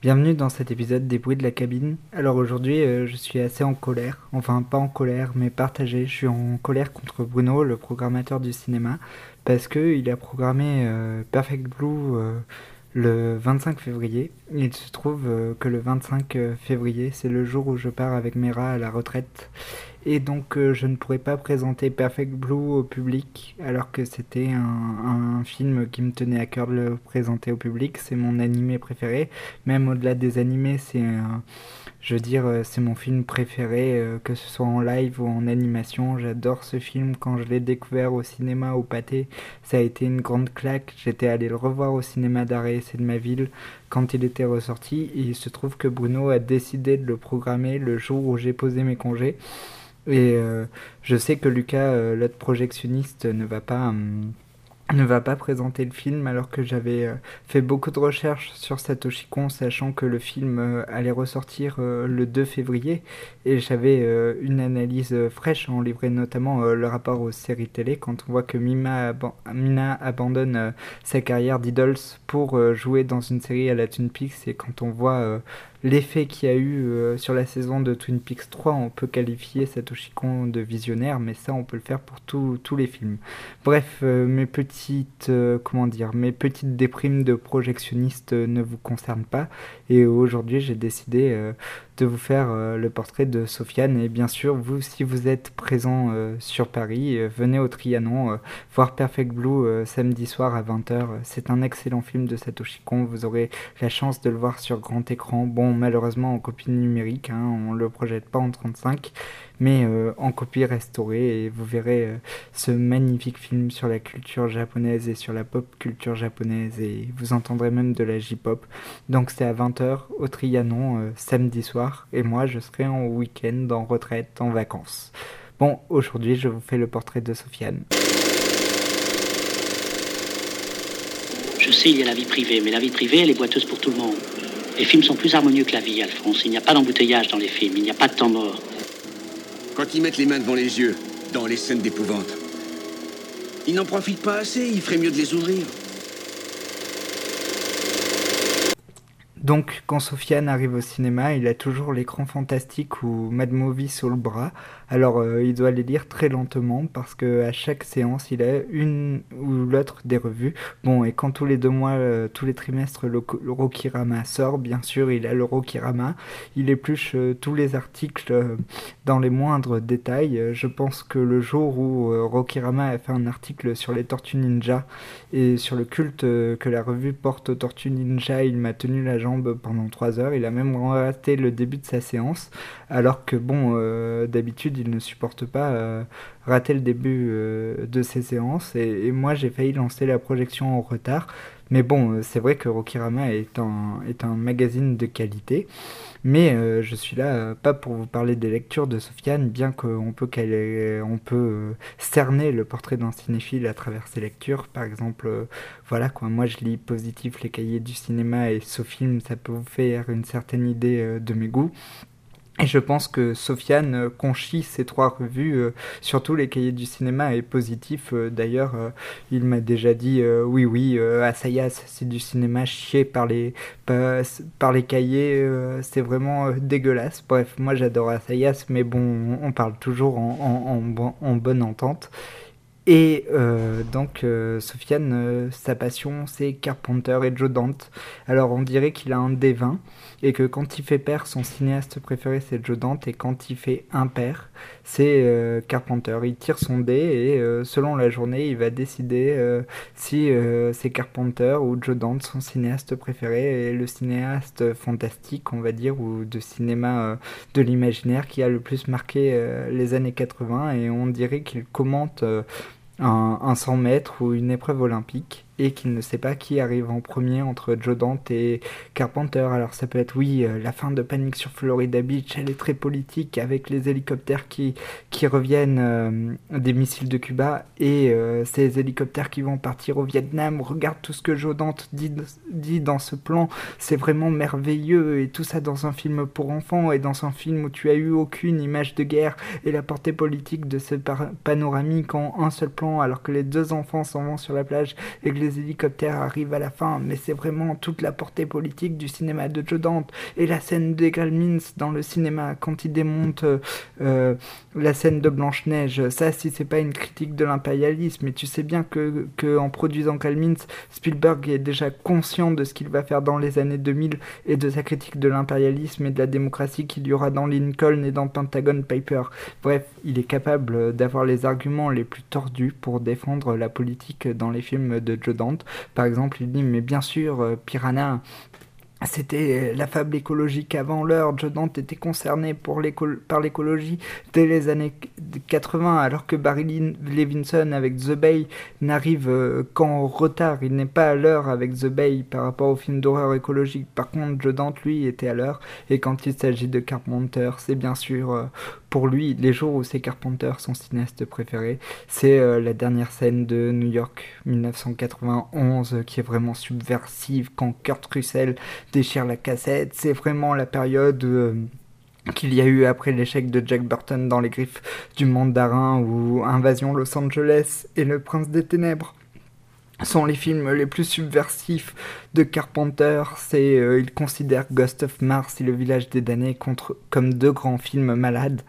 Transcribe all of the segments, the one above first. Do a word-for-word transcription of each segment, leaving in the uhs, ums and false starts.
Bienvenue dans cet épisode des bruits de la cabine. Alors aujourd'hui, euh, je suis assez en colère, enfin pas en colère, mais partagé. Je suis en colère contre Bruno, le programmateur du cinéma, parce que il a programmé euh, Perfect Blue euh, le vingt-cinq février. Il se trouve euh, que le vingt-cinq février, c'est le jour où je pars avec Mera à la retraite. Et donc euh, je ne pourrais pas présenter Perfect Blue au public alors que c'était un, un film qui me tenait à cœur de le présenter au public. C'est mon animé préféré. Même au-delà des animés, c'est un, je veux dire, euh, c'est mon film préféré, euh, que ce soit en live ou en animation. J'adore ce film. Quand je l'ai découvert au cinéma au Pâté, ça a été une grande claque. J'étais allé le revoir au cinéma d'arrêt, c'est de ma ville, quand il était ressorti. Et il se trouve que Bruno a décidé de le programmer le jour où j'ai posé mes congés. Et euh, je sais que Lucas, euh, l'autre projectionniste, ne va pas... hum, ne va pas présenter le film alors que j'avais euh, fait beaucoup de recherches sur Satoshi Kon, sachant que le film euh, allait ressortir euh, le deux février, et j'avais euh, une analyse euh, fraîche à en livrer, notamment euh, le rapport aux séries télé. Quand on voit que Mima, aban- Mina abandonne euh, sa carrière d'idols pour euh, jouer dans une série à la Twin Peaks, et quand on voit euh, l'effet qu'il y a eu euh, sur la saison de Twin Peaks trois, on peut qualifier Satoshi Kon de visionnaire, mais ça on peut le faire pour tout- tous les films. Bref, euh, mes petites, euh, comment dire, mes petites déprimes de projectionniste euh, ne vous concernent pas. Et aujourd'hui, j'ai décidé euh, de vous faire euh, le portrait de Sofiane. Et bien sûr, vous, si vous êtes présent euh, sur Paris, euh, venez au Trianon euh, voir Perfect Blue euh, samedi soir à vingt heures. C'est un excellent film de Satoshi Kon. Vous aurez la chance de le voir sur grand écran. Bon, malheureusement en copie numérique, hein, on ne le projette pas en trente-cinq, mais euh, en copie restaurée. Et vous verrez euh, ce magnifique film sur la culture japonaise et sur la pop culture japonaise, et vous entendrez même de la J-pop. Donc c'est à vingt heures au Trianon euh, samedi soir, et moi je serai en week-end, en retraite, en vacances. Bon, aujourd'hui je vous fais le portrait de Sofiane. Je sais, il y a la vie privée, mais la vie privée, elle est boiteuse pour tout le monde. Les films sont plus harmonieux que la vie, Alphonse. Il n'y a pas d'embouteillage dans les films, il n'y a pas de temps mort. Quand ils mettent les mains devant les yeux, dans les scènes d'épouvante, ils n'en profitent pas assez, il ferait mieux de les ouvrir. Donc, quand Sofiane arrive au cinéma, il a toujours l'écran fantastique ou Mad Movie sous le bras. Alors, euh, il doit les lire très lentement parce que à chaque séance, il a une ou l'autre des revues. Bon, et quand tous les deux mois, euh, tous les trimestres, le, le Rokirama sort, bien sûr, il a le Rokirama. Il épluche euh, tous les articles euh, dans les moindres détails. Euh, je pense que le jour où euh, Rokirama a fait un article sur les Tortues Ninja et sur le culte euh, que la revue porte aux Tortues Ninja, il m'a tenu la jambe pendant trois heures. Il a même raté le début de sa séance, alors que bon, euh, d'habitude, il ne supporte pas euh, rater le début euh, de ses séances. Et, et moi, j'ai failli lancer la projection en retard. Mais bon, euh, c'est vrai que Rokirama est un, est un magazine de qualité. Mais euh, je suis là euh, pas pour vous parler des lectures de Sofiane, bien qu'on peut, caler- on peut euh, cerner le portrait d'un cinéphile à travers ses lectures. Par exemple, euh, voilà quoi, moi je lis Positif, les cahiers du cinéma, et Sofilm, ça peut vous faire une certaine idée euh, de mes goûts. Et je pense que Sofiane euh, conchit ces trois revues, euh, surtout les cahiers du cinéma, et Positif. Euh, D'ailleurs, euh, il m'a déjà dit euh, oui, oui, euh, Asayas, c'est du cinéma chié par les, par, par les cahiers, euh, c'est vraiment euh, dégueulasse. Bref, moi j'adore Asayas, mais bon, on parle toujours en, en, en, bon- en bonne entente. Et euh, donc, euh, Sofiane, euh, sa passion, c'est Carpenter et Joe Dante. Alors, on dirait qu'il a un dévin, et que quand il fait pair, son cinéaste préféré, c'est Joe Dante, et quand il fait impair, c'est euh, Carpenter. Il tire son dé, et euh, selon la journée, il va décider euh, si euh, c'est Carpenter ou Joe Dante, son cinéaste préféré, et le cinéaste fantastique, on va dire, ou de cinéma euh, de l'imaginaire qui a le plus marqué euh, les années quatre-vingts, et on dirait qu'il commente euh, un, un cent mètres ou une épreuve olympique, et qu'il ne sait pas qui arrive en premier entre Joe Dante et Carpenter. Alors ça peut être, oui, euh, la fin de Panique sur Florida Beach, elle est très politique, avec les hélicoptères qui, qui reviennent euh, des missiles de Cuba, et euh, ces hélicoptères qui vont partir au Vietnam. Regarde tout ce que Joe Dante dit, dit dans ce plan, c'est vraiment merveilleux, et tout ça dans un film pour enfants, et dans un film où tu as eu aucune image de guerre, et la portée politique de ce par- panoramique en un seul plan, alors que les deux enfants s'en vont sur la plage, et que les des hélicoptères arrivent à la fin, mais c'est vraiment toute la portée politique du cinéma de Joe Dante. Et la scène des Gremlins dans le cinéma, quand il démonte euh, la scène de Blanche-Neige, ça, si c'est pas une critique de l'impérialisme, et tu sais bien que, que en produisant Gremlins, Spielberg est déjà conscient de ce qu'il va faire dans les années deux mille et de sa critique de l'impérialisme et de la démocratie qu'il y aura dans Lincoln et dans Pentagon Papers. Bref, il est capable d'avoir les arguments les plus tordus pour défendre la politique dans les films de Joe Dante. Par exemple, il dit, mais bien sûr, Piranha, c'était la fable écologique avant l'heure. Joe Dante était concerné pour par l'écologie dès les années quatre-vingts, alors que Barry Levinson avec The Bay n'arrive euh, qu'en retard. Il n'est pas à l'heure avec The Bay par rapport au film d'horreur écologique. Par contre, Joe Dante, lui, était à l'heure. Et quand il s'agit de Carpenter, c'est bien sûr euh, pour lui les jours où c'est Carpenter son cinéaste préféré. C'est euh, la dernière scène de New York dix-neuf cent quatre-vingt-onze euh, qui est vraiment subversive quand Kurt Russell déchire la cassette. C'est vraiment la période euh, qu'il y a eu après l'échec de Jack Burton dans Les Griffes du Mandarin ou Invasion Los Angeles et Le Prince des Ténèbres sont les films les plus subversifs de Carpenter. C'est, euh, il considère Ghost of Mars et Le Village des Damnés contre, comme deux grands films malades.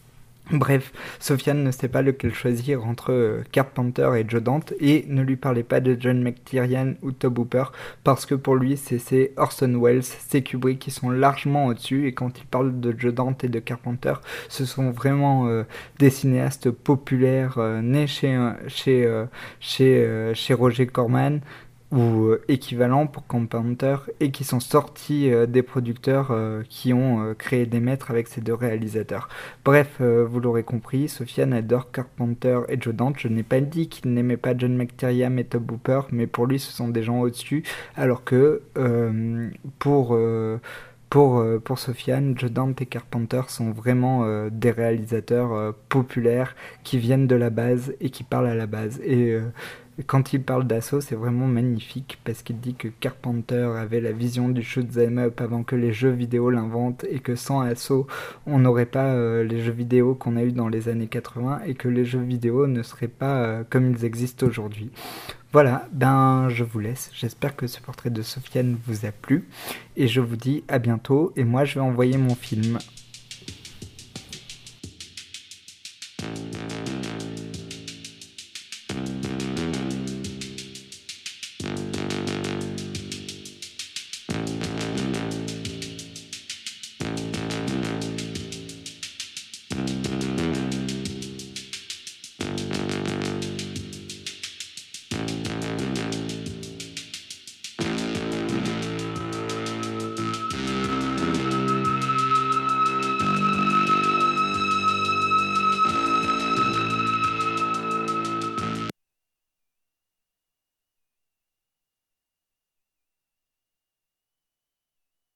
Bref, Sofiane ne sait pas lequel choisir entre euh, Carpenter et Joe Dante, et ne lui parlez pas de John McTiernan ou Tobe Hooper, parce que pour lui c'est, c'est Orson Welles, c'est Kubrick qui sont largement au-dessus, et quand il parle de Joe Dante et de Carpenter, ce sont vraiment euh, des cinéastes populaires euh, nés chez, chez, euh, chez, euh, chez Roger Corman, ou euh, équivalents pour Carpenter, et qui sont sortis euh, des producteurs euh, qui ont euh, créé des maîtres avec ces deux réalisateurs. Bref, euh, vous l'aurez compris, Sofiane adore Carpenter et Joe Dante. Je n'ai pas dit qu'il n'aimait pas John McTiernan et Tobe Hooper, mais pour lui ce sont des gens au-dessus, alors que euh, pour... Euh, Pour, euh, pour Sofiane, Joe Dante et Carpenter sont vraiment euh, des réalisateurs euh, populaires qui viennent de la base et qui parlent à la base. Et euh, quand il parle d'assaut, c'est vraiment magnifique parce qu'il dit que Carpenter avait la vision du shoot 'em up avant que les jeux vidéo l'inventent, et que sans assaut, on n'aurait pas euh, les jeux vidéo qu'on a eu dans les années quatre-vingts, et que les jeux vidéo ne seraient pas euh, comme ils existent aujourd'hui. Voilà, ben je vous laisse. J'espère que ce portrait de Sofiane vous a plu et je vous dis à bientôt, et moi je vais envoyer mon film.